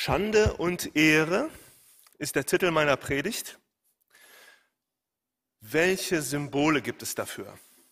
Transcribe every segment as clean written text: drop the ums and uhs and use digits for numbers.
Schande und Ehre ist der Titel meiner Predigt. Welche Symbole gibt es dafür?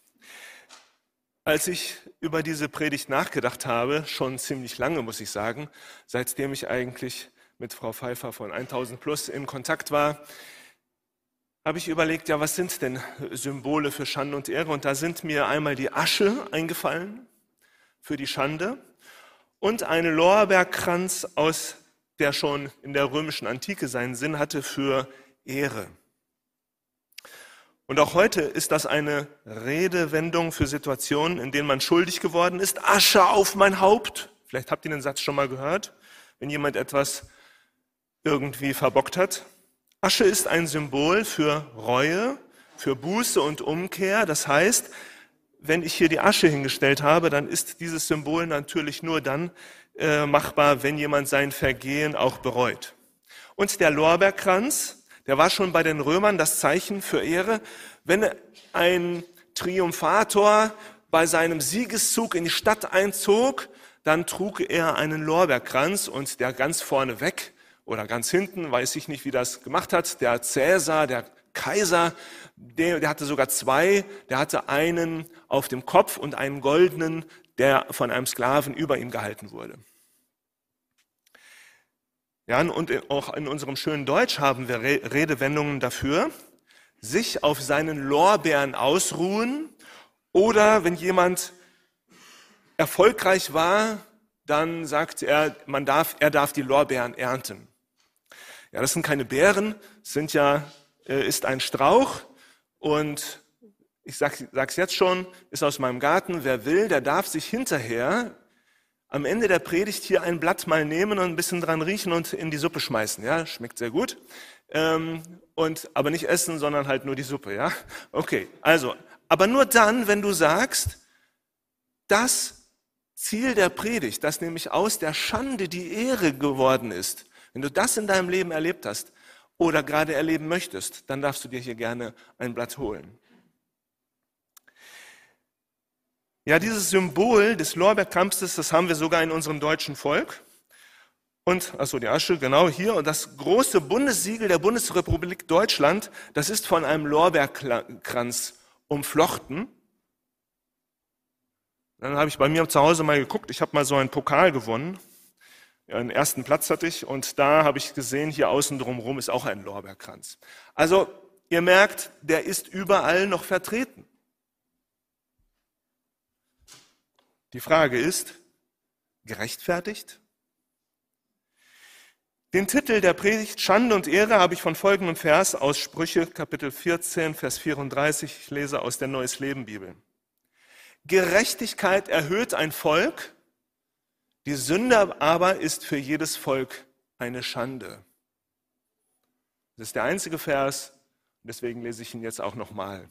Als ich über diese Predigt nachgedacht habe, schon ziemlich lange, muss ich sagen, seitdem ich eigentlich mit Frau Pfeiffer von 1000 Plus in Kontakt war, habe ich überlegt, ja, was sind denn Symbole für Schande und Ehre? Und da sind mir einmal die Asche eingefallen für die Schande und ein Lorbeerkranz, der schon in der römischen Antike seinen Sinn hatte, für Ehre. Und auch heute ist das eine Redewendung für Situationen, in denen man schuldig geworden ist. Asche auf mein Haupt. Vielleicht habt ihr den Satz schon mal gehört, wenn jemand etwas irgendwie verbockt hat. Asche ist ein Symbol für Reue, für Buße und Umkehr. Das heißt, wenn ich hier die Asche hingestellt habe, dann ist dieses Symbol natürlich nur dann machbar, wenn jemand sein Vergehen auch bereut. Und der Lorbeerkranz, der war schon bei den Römern das Zeichen für Ehre. Wenn ein Triumphator bei seinem Siegeszug in die Stadt einzog, dann trug er einen Lorbeerkranz und der ganz vorne weg oder ganz hinten, weiß ich nicht, wie das gemacht hat, der Cäsar, der Kaiser, der hatte sogar zwei, der hatte einen auf dem Kopf und einen goldenen, der von einem Sklaven über ihm gehalten wurde. Ja, und auch in unserem schönen Deutsch haben wir Redewendungen dafür, sich auf seinen Lorbeeren ausruhen oder wenn jemand erfolgreich war, dann sagt er, er darf die Lorbeeren ernten. Ja, das sind keine Beeren, ist ein Strauch und ich sag's jetzt schon, ist aus meinem Garten. Wer will, der darf sich hinterher am Ende der Predigt hier ein Blatt mal nehmen und ein bisschen dran riechen und in die Suppe schmeißen. Ja, schmeckt sehr gut. Aber nicht essen, sondern halt nur die Suppe. Ja, okay. Also, aber nur dann, wenn du sagst, das Ziel der Predigt, dass nämlich aus der Schande die Ehre geworden ist, wenn du das in deinem Leben erlebt hast oder gerade erleben möchtest, dann darfst du dir hier gerne ein Blatt holen. Ja, dieses Symbol des Lorbeerkranzes, das haben wir sogar in unserem deutschen Volk. Und, die Asche, genau hier. Und das große Bundessiegel der Bundesrepublik Deutschland, das ist von einem Lorbeerkranz umflochten. Dann habe ich bei mir zu Hause mal geguckt, ich habe mal so einen Pokal gewonnen. Ja, den ersten Platz hatte ich und da habe ich gesehen, hier außen drumherum ist auch ein Lorbeerkranz. Also, ihr merkt, der ist überall noch vertreten. Die Frage ist, gerechtfertigt? Den Titel der Predigt Schande und Ehre habe ich von folgendem Vers aus Sprüche, Kapitel 14, Vers 34, ich lese aus der Neues Leben Bibel. Gerechtigkeit erhöht ein Volk, die Sünde aber ist für jedes Volk eine Schande. Das ist der einzige Vers, deswegen lese ich ihn jetzt auch nochmal.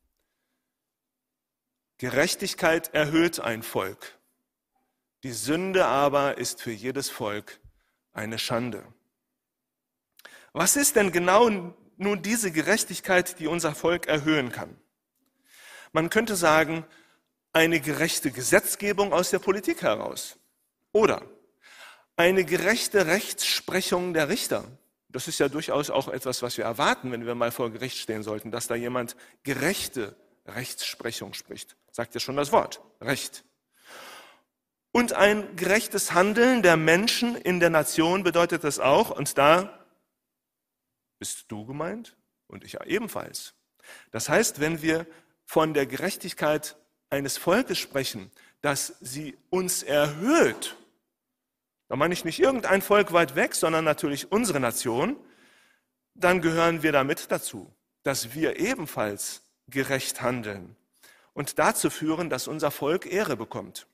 Gerechtigkeit erhöht ein Volk, die Sünde aber ist für jedes Volk eine Schande. Was ist denn genau nun diese Gerechtigkeit, die unser Volk erhöhen kann? Man könnte sagen, eine gerechte Gesetzgebung aus der Politik heraus oder eine gerechte Rechtsprechung der Richter. Das ist ja durchaus auch etwas, was wir erwarten, wenn wir mal vor Gericht stehen sollten, dass da jemand gerechte Rechtsprechung spricht. Sagt ja schon das Wort, Recht. Und ein gerechtes Handeln der Menschen in der Nation bedeutet das auch. Und da bist du gemeint und ich ebenfalls. Das heißt, wenn wir von der Gerechtigkeit eines Volkes sprechen, dass sie uns erhöht, da meine ich nicht irgendein Volk weit weg, sondern natürlich unsere Nation, dann gehören wir damit dazu, dass wir ebenfalls gerecht handeln und dazu führen, dass unser Volk Ehre bekommt.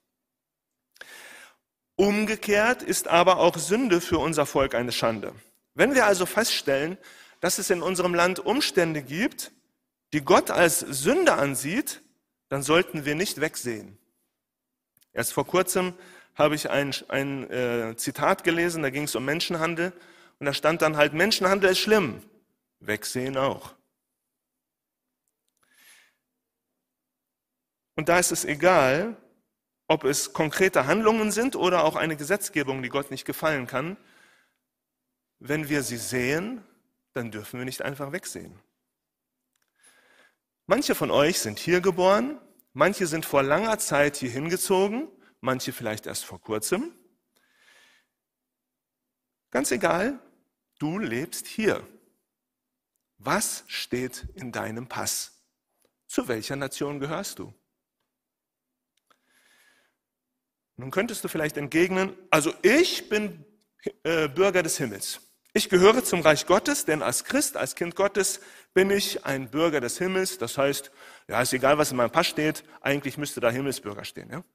Umgekehrt ist aber auch Sünde für unser Volk eine Schande. Wenn wir also feststellen, dass es in unserem Land Umstände gibt, die Gott als Sünde ansieht, dann sollten wir nicht wegsehen. Erst vor kurzem habe ich ein Zitat gelesen, da ging es um Menschenhandel und da stand dann halt, Menschenhandel ist schlimm, wegsehen auch. Und da ist es egal, ob es konkrete Handlungen sind oder auch eine Gesetzgebung, die Gott nicht gefallen kann. wenn wir sie sehen, dann dürfen wir nicht einfach wegsehen. Manche von euch sind hier geboren, manche sind vor langer Zeit hier hingezogen, manche vielleicht erst vor kurzem. Ganz egal, du lebst hier. Was steht in deinem Pass? Zu welcher Nation gehörst du? Nun könntest du vielleicht entgegnen, also ich bin Bürger des Himmels. Ich gehöre zum Reich Gottes, denn als Christ, als Kind Gottes bin ich ein Bürger des Himmels. Das heißt, ja, ist egal, was in meinem Pass steht, eigentlich müsste da Himmelsbürger stehen. Ja?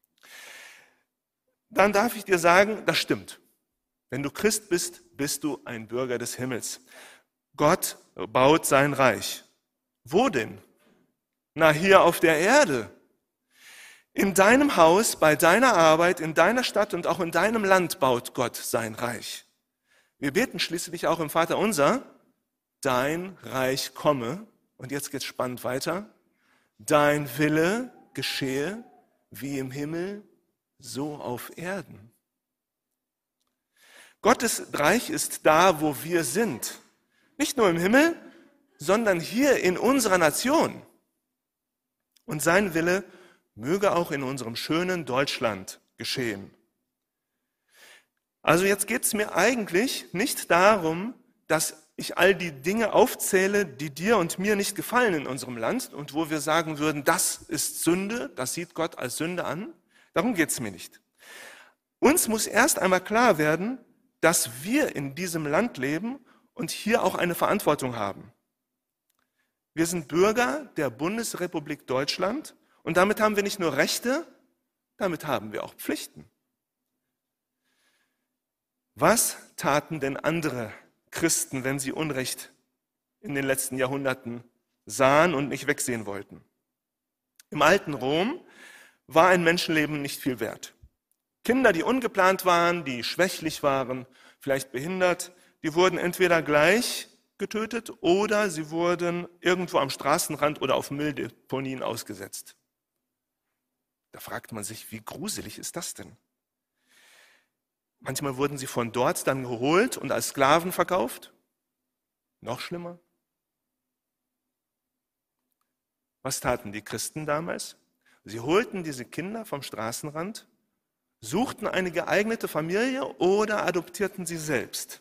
Dann darf ich dir sagen, das stimmt. Wenn du Christ bist, bist du ein Bürger des Himmels. Gott baut sein Reich. Wo denn? Na, hier auf der Erde. In deinem Haus, bei deiner Arbeit, in deiner Stadt und auch in deinem Land baut Gott sein Reich. Wir beten schließlich auch im Vaterunser, dein Reich komme, und jetzt geht's spannend weiter, dein Wille geschehe wie im Himmel, so auf Erden. Gottes Reich ist da, wo wir sind. Nicht nur im Himmel, sondern hier in unserer Nation. Und sein Wille möge auch in unserem schönen Deutschland geschehen. Also jetzt geht es mir eigentlich nicht darum, dass ich all die Dinge aufzähle, die dir und mir nicht gefallen in unserem Land und wo wir sagen würden, das ist Sünde, das sieht Gott als Sünde an. Darum geht es mir nicht. Uns muss erst einmal klar werden, dass wir in diesem Land leben und hier auch eine Verantwortung haben. Wir sind Bürger der Bundesrepublik Deutschland und damit haben wir nicht nur Rechte, damit haben wir auch Pflichten. Was taten denn andere Christen, wenn sie Unrecht in den letzten Jahrhunderten sahen und nicht wegsehen wollten? Im alten Rom war ein Menschenleben nicht viel wert. Kinder, die ungeplant waren, die schwächlich waren, vielleicht behindert, die wurden entweder gleich getötet oder sie wurden irgendwo am Straßenrand oder auf Mülldeponien ausgesetzt. Da fragt man sich, wie gruselig ist das denn? Manchmal wurden sie von dort dann geholt und als Sklaven verkauft. Noch schlimmer. Was taten die Christen damals? Sie holten diese Kinder vom Straßenrand, suchten eine geeignete Familie oder adoptierten sie selbst.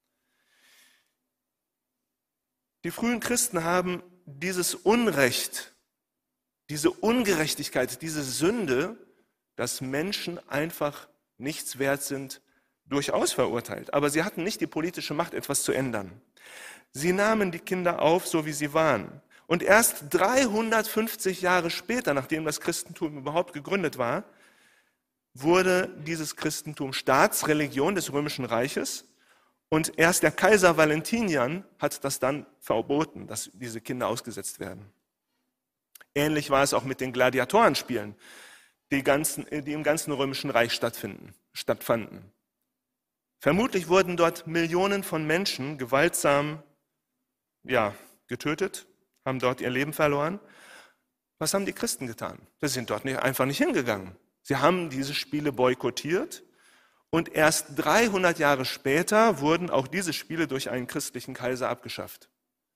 Die frühen Christen haben dieses Unrecht, diese Ungerechtigkeit, diese Sünde, dass Menschen einfach nichts wert sind, durchaus verurteilt. Aber sie hatten nicht die politische Macht, etwas zu ändern. Sie nahmen die Kinder auf, so wie sie waren. Und erst 350 Jahre später, nachdem das Christentum überhaupt gegründet war, wurde dieses Christentum Staatsreligion des Römischen Reiches. Und erst der Kaiser Valentinian hat das dann verboten, dass diese Kinder ausgesetzt werden. Ähnlich war es auch mit den Gladiatorenspielen, die im ganzen Römischen Reich stattfanden. Vermutlich wurden dort Millionen von Menschen gewaltsam getötet, haben dort ihr Leben verloren. Was haben die Christen getan? Sie sind dort einfach nicht hingegangen. Sie haben diese Spiele boykottiert und erst 300 Jahre später wurden auch diese Spiele durch einen christlichen Kaiser abgeschafft.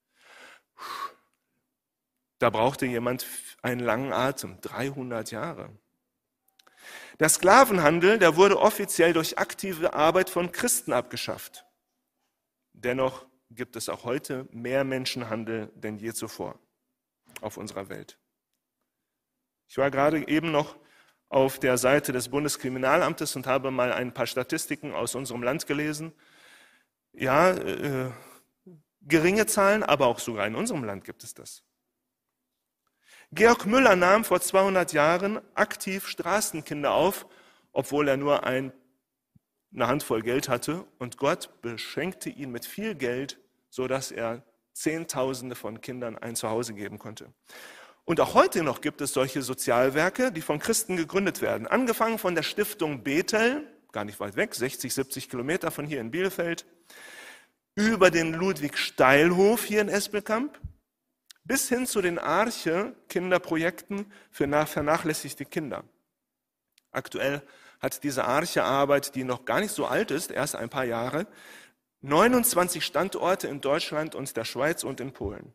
Da brauchte jemand einen langen Atem, 300 Jahre. Der Sklavenhandel, der wurde offiziell durch aktive Arbeit von Christen abgeschafft. Dennoch gibt es auch heute mehr Menschenhandel denn je zuvor auf unserer Welt. Ich war gerade eben noch auf der Seite des Bundeskriminalamtes und habe mal ein paar Statistiken aus unserem Land gelesen. Ja, geringe Zahlen, aber auch sogar in unserem Land gibt es das. Georg Müller nahm vor 200 Jahren aktiv Straßenkinder auf, obwohl er nur eine Handvoll Geld hatte. Und Gott beschenkte ihn mit viel Geld, sodass er Zehntausende von Kindern ein Zuhause geben konnte. Und auch heute noch gibt es solche Sozialwerke, die von Christen gegründet werden. Angefangen von der Stiftung Bethel, gar nicht weit weg, 60, 70 Kilometer von hier in Bielefeld, über den Ludwig-Steilhof hier in Espelkamp, bis hin zu den Arche-Kinderprojekten für vernachlässigte Kinder. Aktuell hat diese Arche-Arbeit, die noch gar nicht so alt ist, erst ein paar Jahre, 29 Standorte in Deutschland und der Schweiz und in Polen.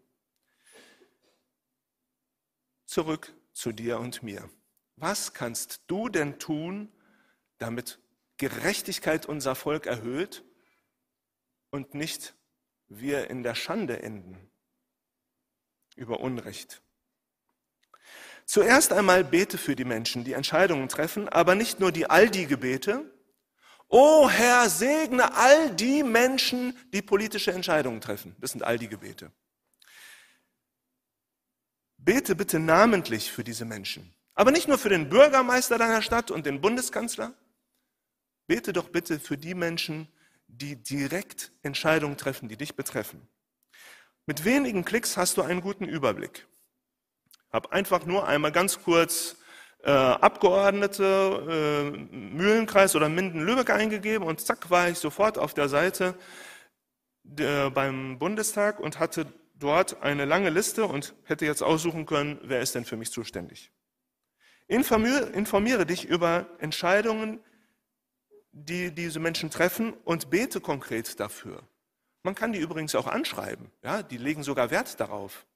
Zurück zu dir und mir. Was kannst du denn tun, damit Gerechtigkeit unser Volk erhöht und nicht wir in der Schande enden über Unrecht? Zuerst einmal bete für die Menschen, die Entscheidungen treffen, aber nicht nur die Aldi-Gebete. O Herr, segne all die Menschen, die politische Entscheidungen treffen. Das sind Aldi-Gebete. Bete bitte namentlich für diese Menschen. Aber nicht nur für den Bürgermeister deiner Stadt und den Bundeskanzler. Bete doch bitte für die Menschen, die direkt Entscheidungen treffen, die dich betreffen. Mit wenigen Klicks hast du einen guten Überblick. Hab einfach nur einmal ganz kurz Abgeordnete, Mühlenkreis oder Minden-Lübeck eingegeben und zack war ich sofort auf der Seite beim Bundestag und hatte dort eine lange Liste und hätte jetzt aussuchen können, wer ist denn für mich zuständig. Informiere dich über Entscheidungen, die diese Menschen treffen und bete konkret dafür. Man kann die übrigens auch anschreiben, ja, die legen sogar Wert darauf.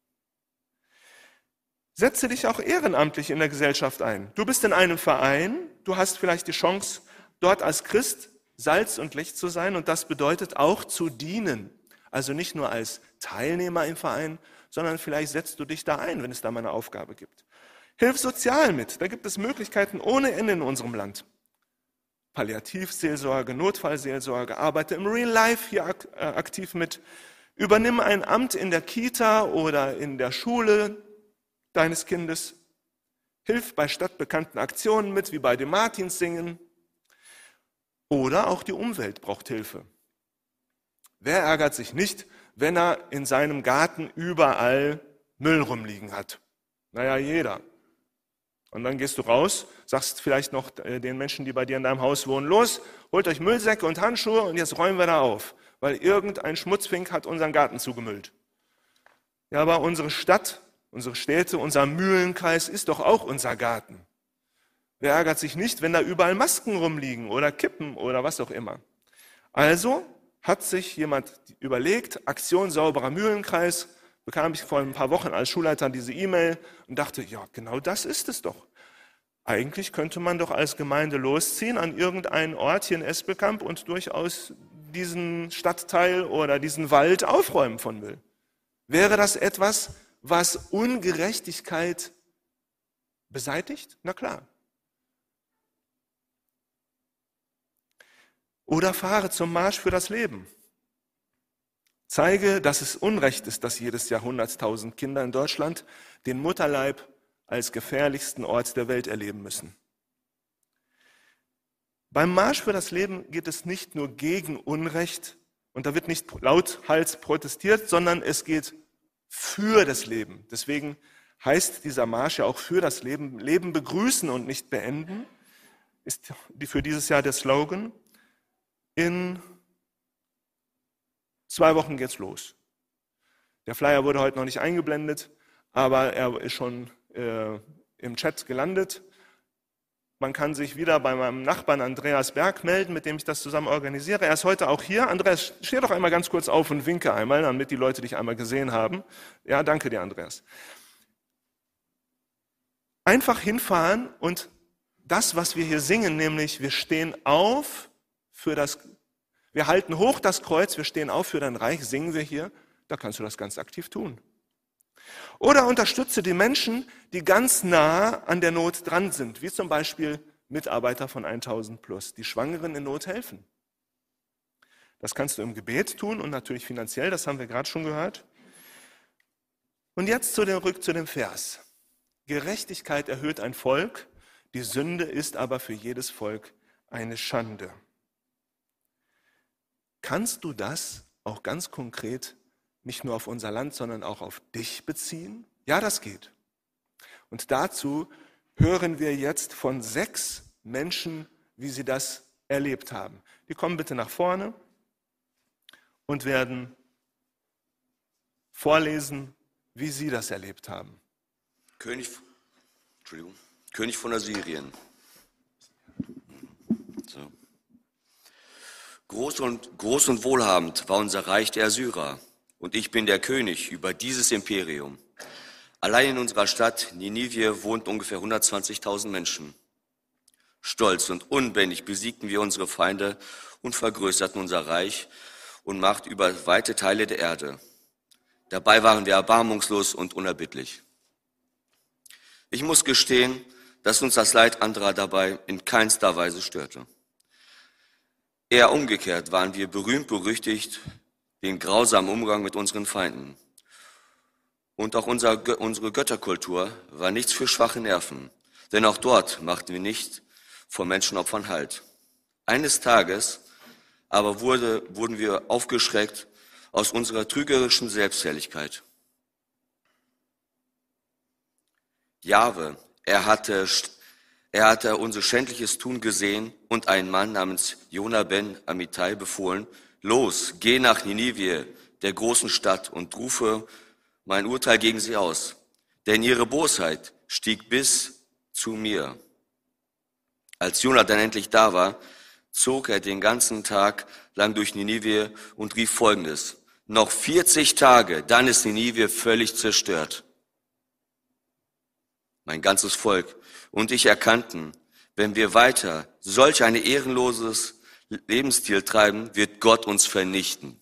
Setze dich auch ehrenamtlich in der Gesellschaft ein. Du bist in einem Verein, du hast vielleicht die Chance, dort als Christ Salz und Licht zu sein und das bedeutet auch zu dienen. Also nicht nur als Teilnehmer im Verein, sondern vielleicht setzt du dich da ein, wenn es da mal eine Aufgabe gibt. Hilf sozial mit, da gibt es Möglichkeiten ohne Ende in unserem Land. Palliativseelsorge, Notfallseelsorge, arbeite im Real Life hier aktiv mit. Übernimm ein Amt in der Kita oder in der Schule deines Kindes. Hilf bei stadtbekannten Aktionen mit, wie bei dem Martinssingen. Oder auch die Umwelt braucht Hilfe. Wer ärgert sich nicht, wenn er in seinem Garten überall Müll rumliegen hat? Naja, jeder. Und dann gehst du raus, sagst vielleicht noch den Menschen, die bei dir in deinem Haus wohnen, los, holt euch Müllsäcke und Handschuhe und jetzt räumen wir da auf, weil irgendein Schmutzfink hat unseren Garten zugemüllt. Ja, aber unsere Stadt, unsere Städte, unser Mühlenkreis ist doch auch unser Garten. Wer ärgert sich nicht, wenn da überall Masken rumliegen oder Kippen oder was auch immer? Also hat sich jemand überlegt, Aktion sauberer Mühlenkreis, bekam ich vor ein paar Wochen als Schulleiter diese E-Mail und dachte, ja, genau das ist es doch. Eigentlich könnte man doch als Gemeinde losziehen an irgendeinen Ort hier in Espelkamp und durchaus diesen Stadtteil oder diesen Wald aufräumen von Müll. Wäre das etwas, was Ungerechtigkeit beseitigt? Na klar. Oder fahre zum Marsch für das Leben. Zeige, dass es Unrecht ist, dass jedes Jahr 100.000 Kinder in Deutschland den Mutterleib als gefährlichsten Ort der Welt erleben müssen. Beim Marsch für das Leben geht es nicht nur gegen Unrecht und da wird nicht lauthals protestiert, sondern es geht für das Leben. Deswegen heißt dieser Marsch ja auch für das Leben. Leben begrüßen und nicht beenden ist für dieses Jahr der Slogan. In 2 Wochen geht's los. Der Flyer wurde heute noch nicht eingeblendet, aber er ist schon im Chat gelandet. Man kann sich wieder bei meinem Nachbarn Andreas Berg melden, mit dem ich das zusammen organisiere. Er ist heute auch hier. Andreas, steh doch einmal ganz kurz auf und winke einmal, damit die Leute dich einmal gesehen haben. Ja, danke dir, Andreas. Einfach hinfahren und das, was wir hier singen, nämlich wir stehen auf für das, wir halten hoch das Kreuz, wir stehen auf für dein Reich, singen wir hier, da kannst du das ganz aktiv tun. Oder unterstütze die Menschen, die ganz nah an der Not dran sind, wie zum Beispiel Mitarbeiter von 1000+, die Schwangeren in Not helfen. Das kannst du im Gebet tun und natürlich finanziell, das haben wir gerade schon gehört. Und jetzt zurück zu dem Vers. Gerechtigkeit erhöht ein Volk, die Sünde ist aber für jedes Volk eine Schande. Kannst du das auch ganz konkret nicht nur auf unser Land, sondern auch auf dich beziehen? Ja, das geht. Und dazu hören wir jetzt von 6 Menschen, wie sie das erlebt haben. Die kommen bitte nach vorne und werden vorlesen, wie sie das erlebt haben. König von Assyrien. So. Groß und wohlhabend war unser Reich der Assyrer, und ich bin der König über dieses Imperium. Allein in unserer Stadt Ninive wohnten ungefähr 120.000 Menschen. Stolz und unbändig besiegten wir unsere Feinde und vergrößerten unser Reich und Macht über weite Teile der Erde. Dabei waren wir erbarmungslos und unerbittlich. Ich muss gestehen, dass uns das Leid anderer dabei in keinster Weise störte. Eher umgekehrt waren wir berühmt-berüchtigt den grausamen Umgang mit unseren Feinden. Und auch unsere Götterkultur war nichts für schwache Nerven, denn auch dort machten wir nicht vor Menschenopfern Halt. Eines Tages aber wurden wir aufgeschreckt aus unserer trügerischen Selbstherrlichkeit. Jahwe, er hatte unser schändliches Tun gesehen und einen Mann namens Jona ben Amittai befohlen: Los, geh nach Ninive, der großen Stadt, und rufe mein Urteil gegen sie aus, denn ihre Bosheit stieg bis zu mir. Als Jona dann endlich da war, zog er den ganzen Tag lang durch Ninive und rief Folgendes: Noch 40 Tage, dann ist Ninive völlig zerstört. Mein ganzes Volk und ich erkannten, wenn wir weiter solch ein ehrenloses Lebensstil treiben, wird Gott uns vernichten.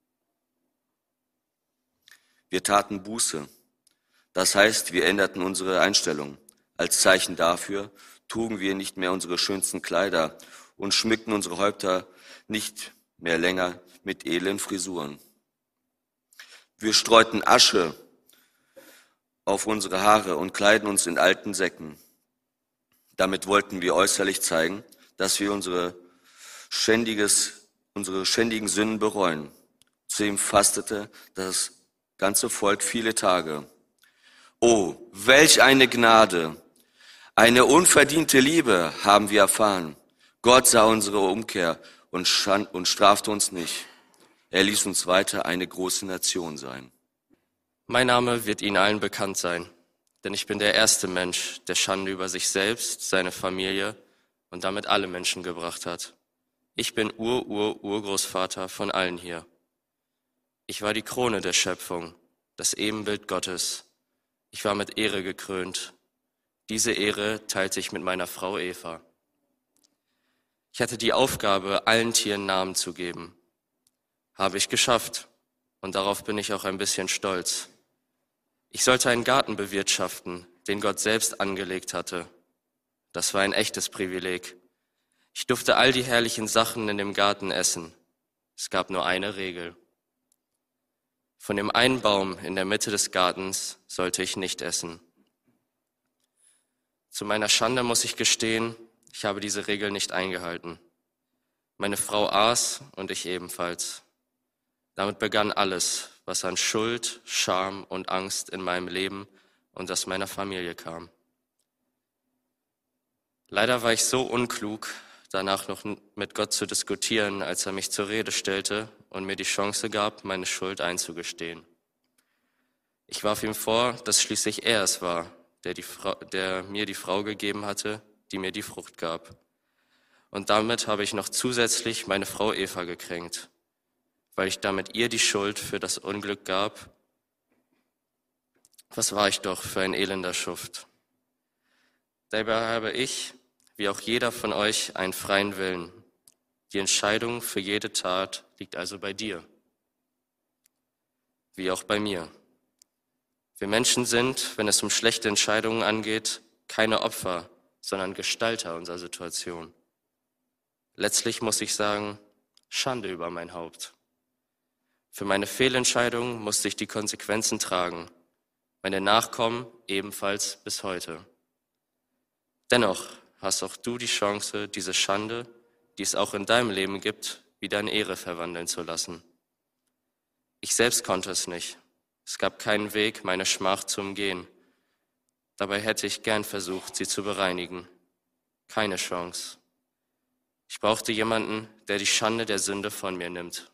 Wir taten Buße. Das heißt, wir änderten unsere Einstellung. Als Zeichen dafür trugen wir nicht mehr unsere schönsten Kleider und schmückten unsere Häupter nicht mehr länger mit edlen Frisuren. Wir streuten Asche auf unsere Haare und kleiden uns in alten Säcken. Damit wollten wir äußerlich zeigen, dass wir unsere schändigen Sünden bereuen. Zudem fastete das ganze Volk viele Tage. Oh, welch eine Gnade! Eine unverdiente Liebe haben wir erfahren. Gott sah unsere Umkehr und strafte uns nicht. Er ließ uns weiter eine große Nation sein. Mein Name wird Ihnen allen bekannt sein, denn ich bin der erste Mensch, der Schande über sich selbst, seine Familie und damit alle Menschen gebracht hat. Ich bin Urgroßvater von allen hier. Ich war die Krone der Schöpfung, das Ebenbild Gottes. Ich war mit Ehre gekrönt. Diese Ehre teilte ich mit meiner Frau Eva. Ich hatte die Aufgabe, allen Tieren Namen zu geben. Habe ich geschafft, und darauf bin ich auch ein bisschen stolz. Ich sollte einen Garten bewirtschaften, den Gott selbst angelegt hatte. Das war ein echtes Privileg. Ich durfte all die herrlichen Sachen in dem Garten essen. Es gab nur eine Regel. Von dem einen Baum in der Mitte des Gartens sollte ich nicht essen. Zu meiner Schande muss ich gestehen, ich habe diese Regel nicht eingehalten. Meine Frau aß und ich ebenfalls. Damit begann alles, was an Schuld, Scham und Angst in meinem Leben und aus meiner Familie kam. Leider war ich so unklug, danach noch mit Gott zu diskutieren, als er mich zur Rede stellte und mir die Chance gab, meine Schuld einzugestehen. Ich warf ihm vor, dass schließlich er es war, der mir die Frau gegeben hatte, die mir die Frucht gab. Und damit habe ich noch zusätzlich meine Frau Eva gekränkt, weil ich damit ihr die Schuld für das Unglück gab. Was war ich doch für ein elender Schuft? Dabei habe ich, wie auch jeder von euch, einen freien Willen. Die Entscheidung für jede Tat liegt also bei dir, wie auch bei mir. Wir Menschen sind, wenn es um schlechte Entscheidungen angeht, keine Opfer, sondern Gestalter unserer Situation. Letztlich muss ich sagen, Schande über mein Haupt. Für meine Fehlentscheidung musste ich die Konsequenzen tragen, meine Nachkommen ebenfalls bis heute. Dennoch hast auch du die Chance, diese Schande, die es auch in deinem Leben gibt, wieder in Ehre verwandeln zu lassen. Ich selbst konnte es nicht. Es gab keinen Weg, meine Schmach zu umgehen. Dabei hätte ich gern versucht, sie zu bereinigen. Keine Chance. Ich brauchte jemanden, der die Schande der Sünde von mir nimmt.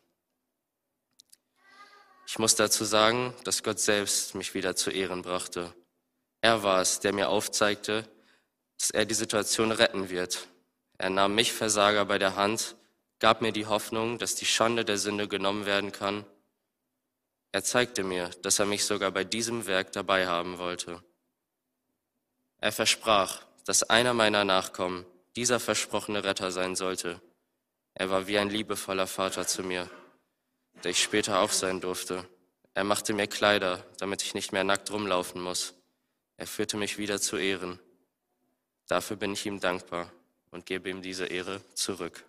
Ich muss dazu sagen, dass Gott selbst mich wieder zu Ehren brachte. Er war es, der mir aufzeigte, dass er die Situation retten wird. Er nahm mich, Versager, bei der Hand gab mir die Hoffnung, dass die Schande der Sünde genommen werden kann. Er zeigte mir, dass er mich sogar bei diesem Werk dabei haben wollte. Er versprach, dass einer meiner Nachkommen dieser versprochene Retter sein sollte. Er war wie ein liebevoller Vater zu mir, der ich später auch sein durfte. Er machte mir Kleider, damit ich nicht mehr nackt rumlaufen muss. Er führte mich wieder zu Ehren. Dafür bin ich ihm dankbar und gebe ihm diese Ehre zurück.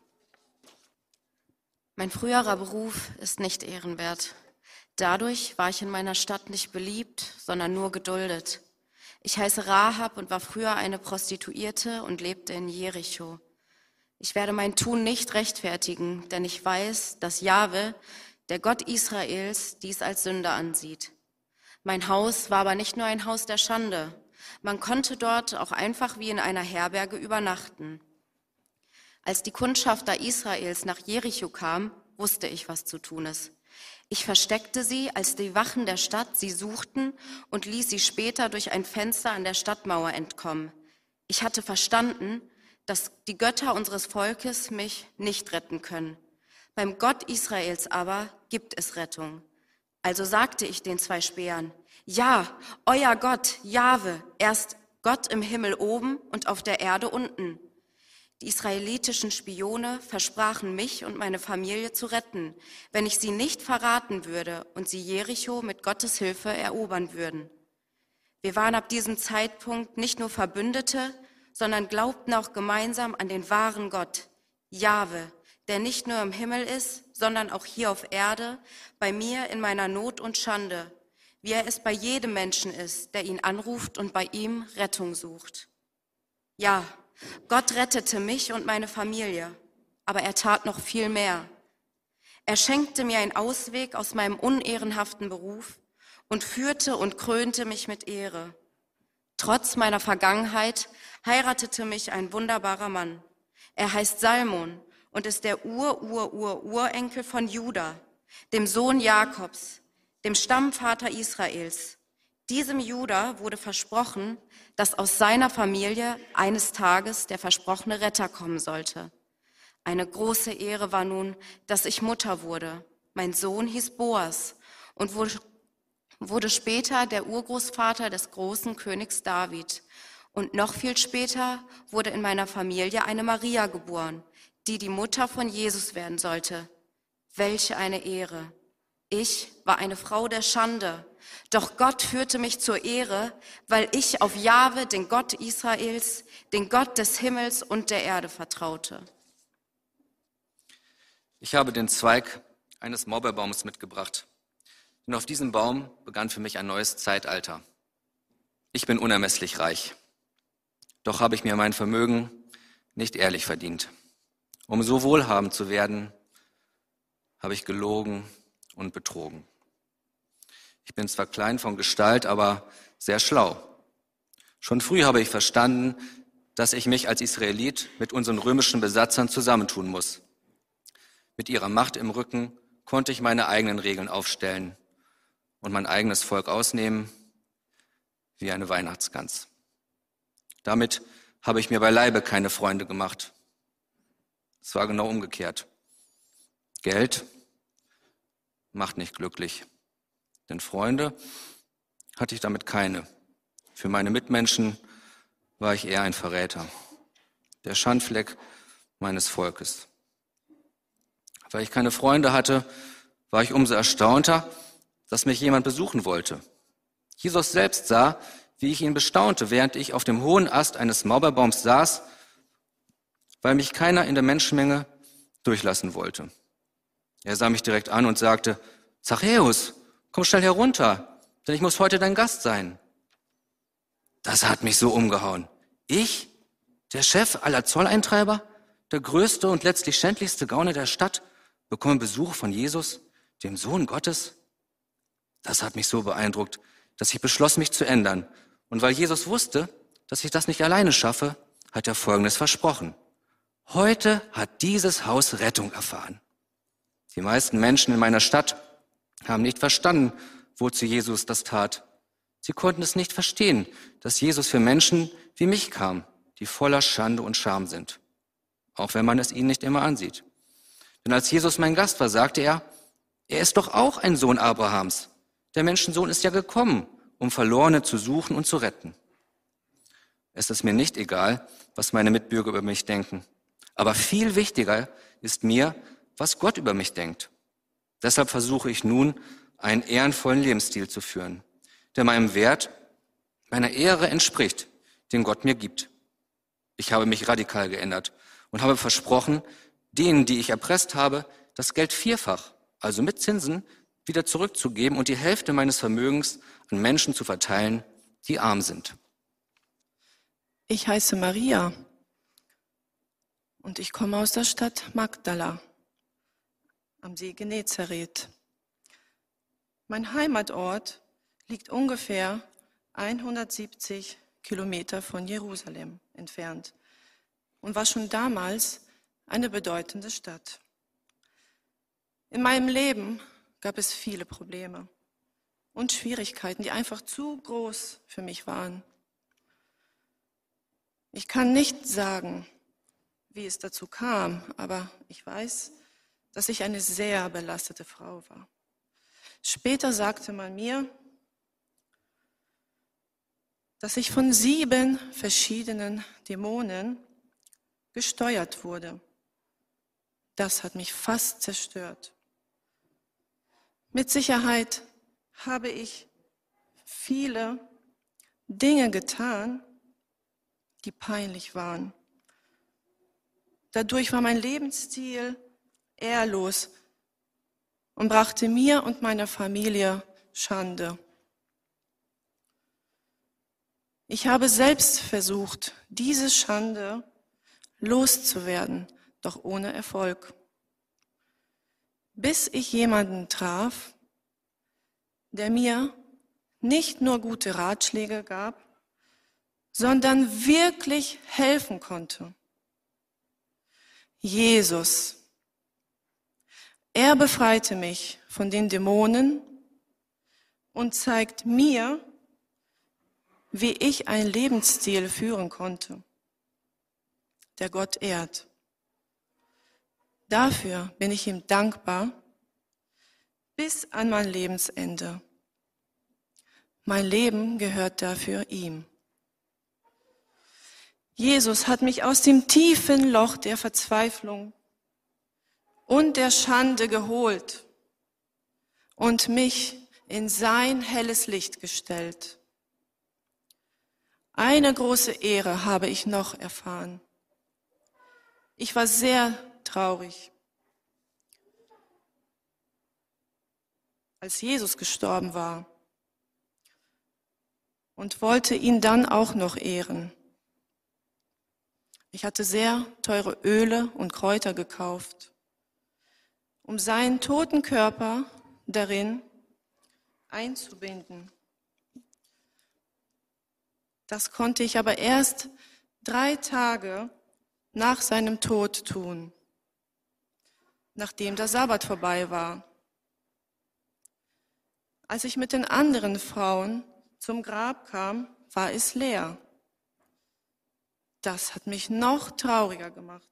Mein früherer Beruf ist nicht ehrenwert. Dadurch war ich in meiner Stadt nicht beliebt, sondern nur geduldet. Ich heiße Rahab und war früher eine Prostituierte und lebte in Jericho. Ich werde mein Tun nicht rechtfertigen, denn ich weiß, dass Jahwe, der Gott Israels, dies als Sünde ansieht. Mein Haus war aber nicht nur ein Haus der Schande. Man konnte dort auch einfach wie in einer Herberge übernachten. Als die Kundschafter Israels nach Jericho kamen, wusste ich, was zu tun ist. Ich versteckte sie, als die Wachen der Stadt sie suchten und ließ sie später durch ein Fenster an der Stadtmauer entkommen. Ich hatte verstanden, dass die Götter unseres Volkes mich nicht retten können. Beim Gott Israels aber gibt es Rettung. Also sagte ich den 2 Spähern: Ja, euer Gott, Jahwe, er ist Gott im Himmel oben und auf der Erde unten. Die israelitischen Spione versprachen mich und meine Familie zu retten, wenn ich sie nicht verraten würde und sie Jericho mit Gottes Hilfe erobern würden. Wir waren ab diesem Zeitpunkt nicht nur Verbündete, sondern glaubten auch gemeinsam an den wahren Gott, Jahwe, der nicht nur im Himmel ist, sondern auch hier auf Erde, bei mir in meiner Not und Schande, wie er es bei jedem Menschen ist, der ihn anruft und bei ihm Rettung sucht. Ja, Gott rettete mich und meine Familie, aber er tat noch viel mehr. Er schenkte mir einen Ausweg aus meinem unehrenhaften Beruf und führte und krönte mich mit Ehre. Trotz meiner Vergangenheit heiratete mich ein wunderbarer Mann. Er heißt Salmon und ist der Urenkel von Juda, dem Sohn Jakobs, dem Stammvater Israels. Diesem Juda wurde versprochen, dass aus seiner Familie eines Tages der versprochene Retter kommen sollte. Eine große Ehre war nun, dass ich Mutter wurde. Mein Sohn hieß Boas und wurde später der Urgroßvater des großen Königs David. Und noch viel später wurde in meiner Familie eine Maria geboren, die die Mutter von Jesus werden sollte. Welche eine Ehre! Ich war eine Frau der Schande, doch Gott führte mich zur Ehre, weil ich auf Jahwe, den Gott Israels, den Gott des Himmels und der Erde vertraute. Ich habe den Zweig eines Maulbeerbaums mitgebracht, denn auf diesem Baum begann für mich ein neues Zeitalter. Ich bin unermesslich reich, doch habe ich mir mein Vermögen nicht ehrlich verdient. Um so wohlhabend zu werden, habe ich gelogen und betrogen. Ich bin zwar klein von Gestalt, aber sehr schlau. Schon früh habe ich verstanden, dass ich mich als Israelit mit unseren römischen Besatzern zusammentun muss. Mit ihrer Macht im Rücken konnte ich meine eigenen Regeln aufstellen und mein eigenes Volk ausnehmen wie eine Weihnachtsgans. Damit habe ich mir beileibe keine Freunde gemacht. Es war genau umgekehrt. Geld macht nicht glücklich, denn Freunde hatte ich damit keine. Für meine Mitmenschen war ich eher ein Verräter, der Schandfleck meines Volkes. Weil ich keine Freunde hatte, war ich umso erstaunter, dass mich jemand besuchen wollte. Jesus selbst sah, wie ich ihn bestaunte, während ich auf dem hohen Ast eines Maulbeerbaums saß, weil mich keiner in der Menschenmenge durchlassen wollte. Er sah mich direkt an und sagte: Zachäus, komm schnell herunter, denn ich muss heute dein Gast sein. Das hat mich so umgehauen. Ich, der Chef aller Zolleintreiber, der größte und letztlich schändlichste Gauner der Stadt, bekomme Besuch von Jesus, dem Sohn Gottes? Das hat mich so beeindruckt, dass ich beschloss, mich zu ändern. Und weil Jesus wusste, dass ich das nicht alleine schaffe, hat er Folgendes versprochen: Heute hat dieses Haus Rettung erfahren. Die meisten Menschen in meiner Stadt haben nicht verstanden, wozu Jesus das tat. Sie konnten es nicht verstehen, dass Jesus für Menschen wie mich kam, die voller Schande und Scham sind, auch wenn man es ihnen nicht immer ansieht. Denn als Jesus mein Gast war, sagte er ist doch auch ein Sohn Abrahams. Der Menschensohn ist ja gekommen, um Verlorene zu suchen und zu retten. Es ist mir nicht egal, was meine Mitbürger über mich denken. Aber viel wichtiger ist mir, was Gott über mich denkt. Deshalb versuche ich nun, einen ehrenvollen Lebensstil zu führen, der meinem Wert, meiner Ehre entspricht, den Gott mir gibt. Ich habe mich radikal geändert und habe versprochen, denen, die ich erpresst habe, das Geld vierfach, also mit Zinsen, wieder zurückzugeben und die Hälfte meines Vermögens an Menschen zu verteilen, die arm sind. Ich heiße Maria und ich komme aus der Stadt Magdala am See Genezareth. Mein Heimatort liegt ungefähr 170 Kilometer von Jerusalem entfernt und war schon damals eine bedeutende Stadt. In meinem Leben gab es viele Probleme und Schwierigkeiten, die einfach zu groß für mich waren. Ich kann nicht sagen, wie es dazu kam, aber ich weiß, dass ich eine sehr belastete Frau war. Später sagte man mir, dass ich von 7 verschiedenen Dämonen gesteuert wurde. Das hat mich fast zerstört. Mit Sicherheit habe ich viele Dinge getan, die peinlich waren. Dadurch war mein Lebensstil ehrlos und brachte mir und meiner Familie Schande. Ich habe selbst versucht, diese Schande loszuwerden, doch ohne Erfolg. Bis ich jemanden traf, der mir nicht nur gute Ratschläge gab, sondern wirklich helfen konnte. Jesus. Er befreite mich von den Dämonen und zeigt mir, wie ich einen Lebensstil führen konnte, der Gott ehrt. Dafür bin ich ihm dankbar bis an mein Lebensende. Mein Leben gehört dafür ihm. Jesus hat mich aus dem tiefen Loch der Verzweiflung und der Schande geholt und mich in sein helles Licht gestellt. Eine große Ehre habe ich noch erfahren. Ich war sehr traurig, als Jesus gestorben war und wollte ihn dann auch noch ehren. Ich hatte sehr teure Öle und Kräuter gekauft, um seinen toten Körper darin einzubinden. Das konnte ich aber erst 3 Tage nach seinem Tod tun, nachdem der Sabbat vorbei war. Als ich mit den anderen Frauen zum Grab kam, war es leer. Das hat mich noch trauriger gemacht.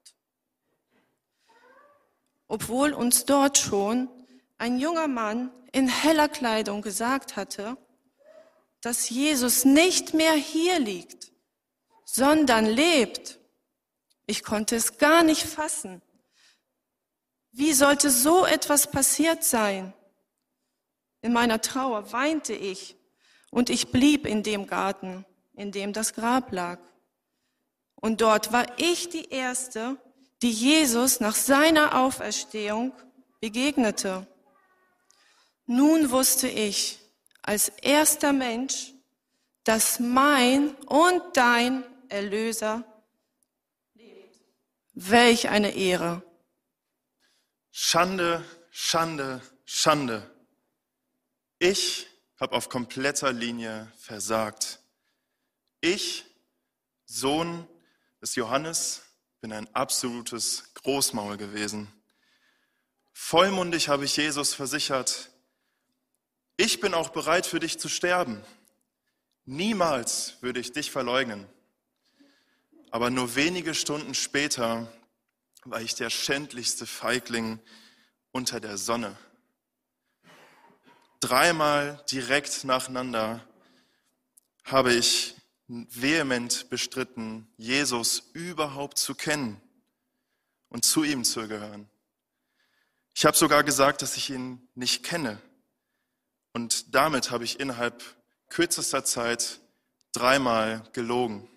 Obwohl uns dort schon ein junger Mann in heller Kleidung gesagt hatte, dass Jesus nicht mehr hier liegt, sondern lebt. Ich konnte es gar nicht fassen. Wie sollte so etwas passiert sein? In meiner Trauer weinte ich und ich blieb in dem Garten, in dem das Grab lag. Und dort war ich die Erste, die Jesus nach seiner Auferstehung begegnete. Nun wusste ich als erster Mensch, dass mein und dein Erlöser lebt. Welch eine Ehre! Schande, Schande, Schande. Ich habe auf kompletter Linie versagt. Ich, Sohn des Johannes, bin ein absolutes Großmaul gewesen. Vollmundig habe ich Jesus versichert, ich bin auch bereit für dich zu sterben. Niemals würde ich dich verleugnen. Aber nur wenige Stunden später war ich der schändlichste Feigling unter der Sonne. 3-mal direkt nacheinander habe ich vehement bestritten, Jesus überhaupt zu kennen und zu ihm zu gehören. Ich habe sogar gesagt, dass ich ihn nicht kenne. Und damit habe ich innerhalb kürzester Zeit 3-mal gelogen.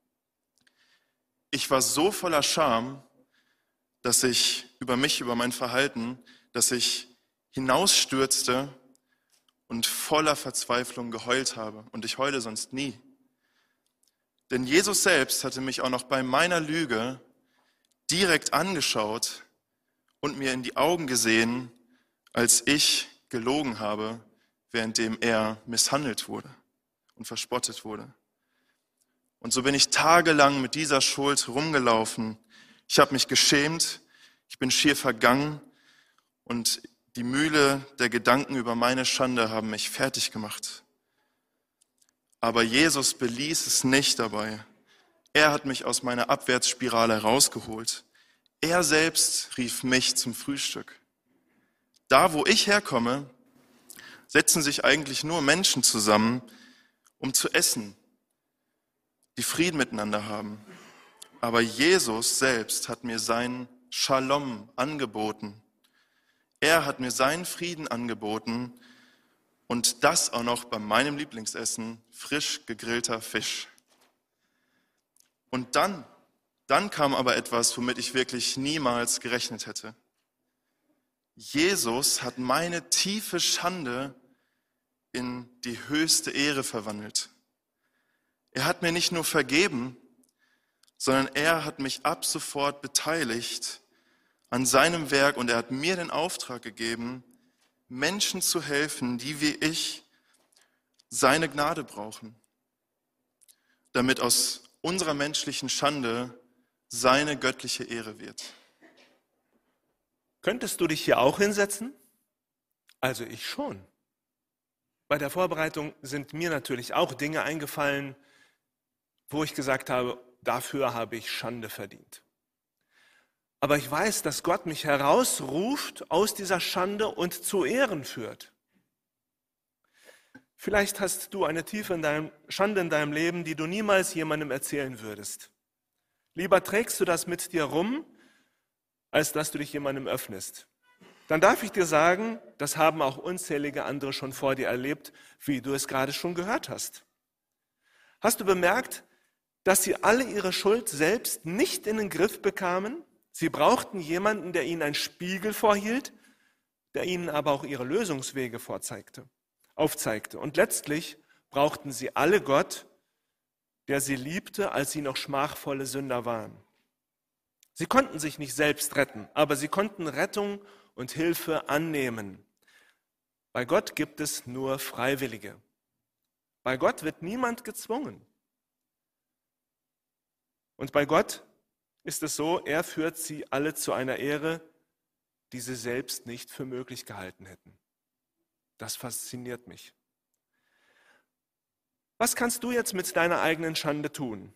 Ich war so voller Scham, dass ich über mein Verhalten, dass ich hinausstürzte und voller Verzweiflung geheult habe. Und ich heule sonst nie. Denn Jesus selbst hatte mich auch noch bei meiner Lüge direkt angeschaut und mir in die Augen gesehen, als ich gelogen habe, währenddem er misshandelt wurde und verspottet wurde. Und so bin ich tagelang mit dieser Schuld rumgelaufen. Ich habe mich geschämt, ich bin schier vergangen und die Mühle der Gedanken über meine Schande haben mich fertig gemacht. Aber Jesus beließ es nicht dabei. Er hat mich aus meiner Abwärtsspirale rausgeholt. Er selbst rief mich zum Frühstück. Da, wo ich herkomme, setzen sich eigentlich nur Menschen zusammen, um zu essen, die Frieden miteinander haben. Aber Jesus selbst hat mir seinen Shalom angeboten. Er hat mir seinen Frieden angeboten und das auch noch bei meinem Lieblingsessen, frisch gegrillter Fisch. Und dann kam aber etwas, womit ich wirklich niemals gerechnet hätte. Jesus hat meine tiefe Schande in die höchste Ehre verwandelt. Er hat mir nicht nur vergeben, sondern er hat mich ab sofort beteiligt an seinem Werk und er hat mir den Auftrag gegeben, Menschen zu helfen, die wie ich seine Gnade brauchen, damit aus unserer menschlichen Schande seine göttliche Ehre wird. Könntest du dich hier auch hinsetzen? Also ich schon. Bei der Vorbereitung sind mir natürlich auch Dinge eingefallen, wo ich gesagt habe, dafür habe ich Schande verdient. Aber ich weiß, dass Gott mich herausruft aus dieser Schande und zu Ehren führt. Vielleicht hast du eine tiefe Schande in deinem Leben, die du niemals jemandem erzählen würdest. Lieber trägst du das mit dir rum, als dass du dich jemandem öffnest. Dann darf ich dir sagen, das haben auch unzählige andere schon vor dir erlebt, wie du es gerade schon gehört hast. Hast du bemerkt, dass sie alle ihre Schuld selbst nicht in den Griff bekamen? Sie brauchten jemanden, der ihnen einen Spiegel vorhielt, der ihnen aber auch ihre Lösungswege aufzeigte. Und letztlich brauchten sie alle Gott, der sie liebte, als sie noch schmachvolle Sünder waren. Sie konnten sich nicht selbst retten, aber sie konnten Rettung und Hilfe annehmen. Bei Gott gibt es nur Freiwillige. Bei Gott wird niemand gezwungen. Und bei Gott ist es so, er führt sie alle zu einer Ehre, die sie selbst nicht für möglich gehalten hätten. Das fasziniert mich. Was kannst du jetzt mit deiner eigenen Schande tun?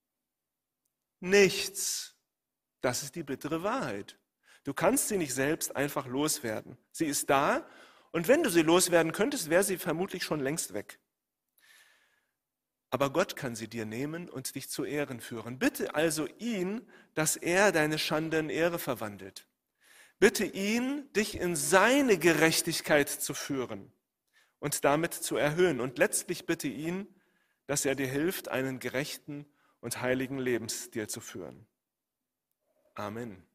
Nichts. Das ist die bittere Wahrheit. Du kannst sie nicht selbst einfach loswerden. Sie ist da und wenn du sie loswerden könntest, wäre sie vermutlich schon längst weg. Aber Gott kann sie dir nehmen und dich zu Ehren führen. Bitte also ihn, dass er deine Schande in Ehre verwandelt. Bitte ihn, dich in seine Gerechtigkeit zu führen und damit zu erhöhen. Und letztlich bitte ihn, dass er dir hilft, einen gerechten und heiligen Lebensstil zu führen. Amen.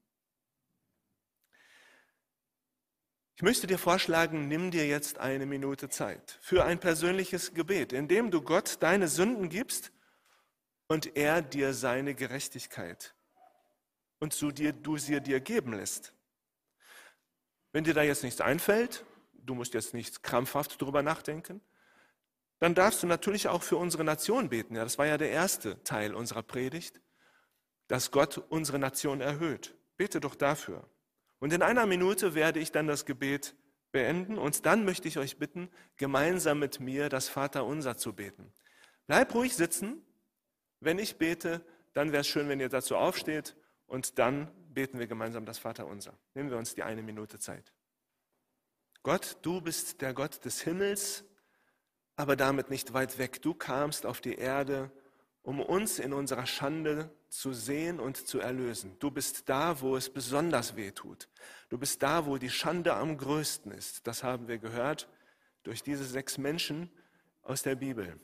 Ich möchte dir vorschlagen, nimm dir jetzt 1 Minute Zeit für ein persönliches Gebet, in dem du Gott deine Sünden gibst und er dir seine Gerechtigkeit und du sie dir geben lässt. Wenn dir da jetzt nichts einfällt, du musst jetzt nicht krampfhaft drüber nachdenken, dann darfst du natürlich auch für unsere Nation beten. Ja, das war ja der erste Teil unserer Predigt, dass Gott unsere Nation erhöht. Bete doch dafür. Und in 1 Minute werde ich dann das Gebet beenden und dann möchte ich euch bitten, gemeinsam mit mir das Vaterunser zu beten. Bleib ruhig sitzen. Wenn ich bete, dann wäre es schön, wenn ihr dazu aufsteht und dann beten wir gemeinsam das Vaterunser. Nehmen wir uns die 1 Minute Zeit. Gott, du bist der Gott des Himmels, aber damit nicht weit weg. Du kamst auf die Erde, um uns in unserer Schande zu sehen und zu erlösen. Du bist da, wo es besonders weh tut. Du bist da, wo die Schande am größten ist. Das haben wir gehört durch diese 6 Menschen aus der Bibel.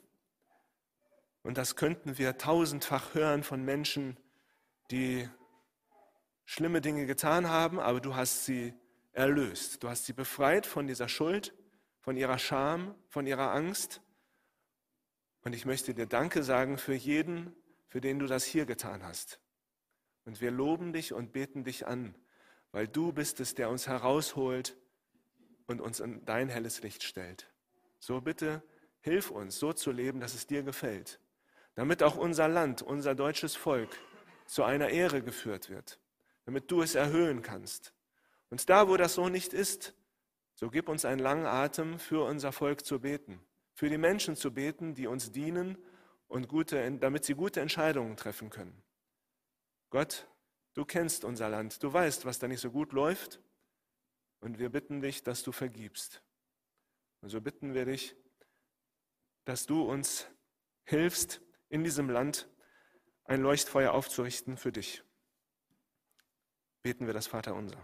Und das könnten wir tausendfach hören von Menschen, die schlimme Dinge getan haben, aber du hast sie erlöst. Du hast sie befreit von dieser Schuld, von ihrer Scham, von ihrer Angst. Und ich möchte dir Danke sagen für jeden, für den du das hier getan hast. Und wir loben dich und beten dich an, weil du bist es, der uns herausholt und uns in dein helles Licht stellt. So bitte, hilf uns, so zu leben, dass es dir gefällt, damit auch unser Land, unser deutsches Volk zu einer Ehre geführt wird, damit du es erhöhen kannst. Und da, wo das so nicht ist, so gib uns einen langen Atem, für unser Volk zu beten, für die Menschen zu beten, die uns dienen und damit sie gute Entscheidungen treffen können. Gott, du kennst unser Land, du weißt, was da nicht so gut läuft, und wir bitten dich, dass du vergibst. Und so bitten wir dich, dass du uns hilfst, in diesem Land ein Leuchtfeuer aufzurichten für dich. Beten wir das Vaterunser.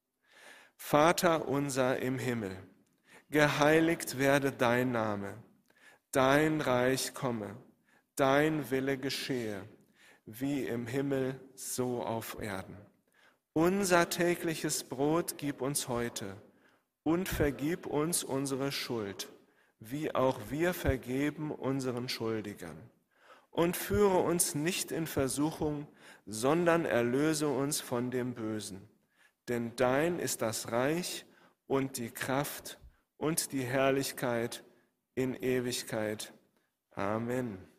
Vater unser im Himmel, geheiligt werde dein Name, dein Reich komme, dein Wille geschehe, wie im Himmel, so auf Erden. Unser tägliches Brot gib uns heute und vergib uns unsere Schuld, wie auch wir vergeben unseren Schuldigern. Und führe uns nicht in Versuchung, sondern erlöse uns von dem Bösen. Denn dein ist das Reich und die Kraft und die Herrlichkeit in Ewigkeit. Amen.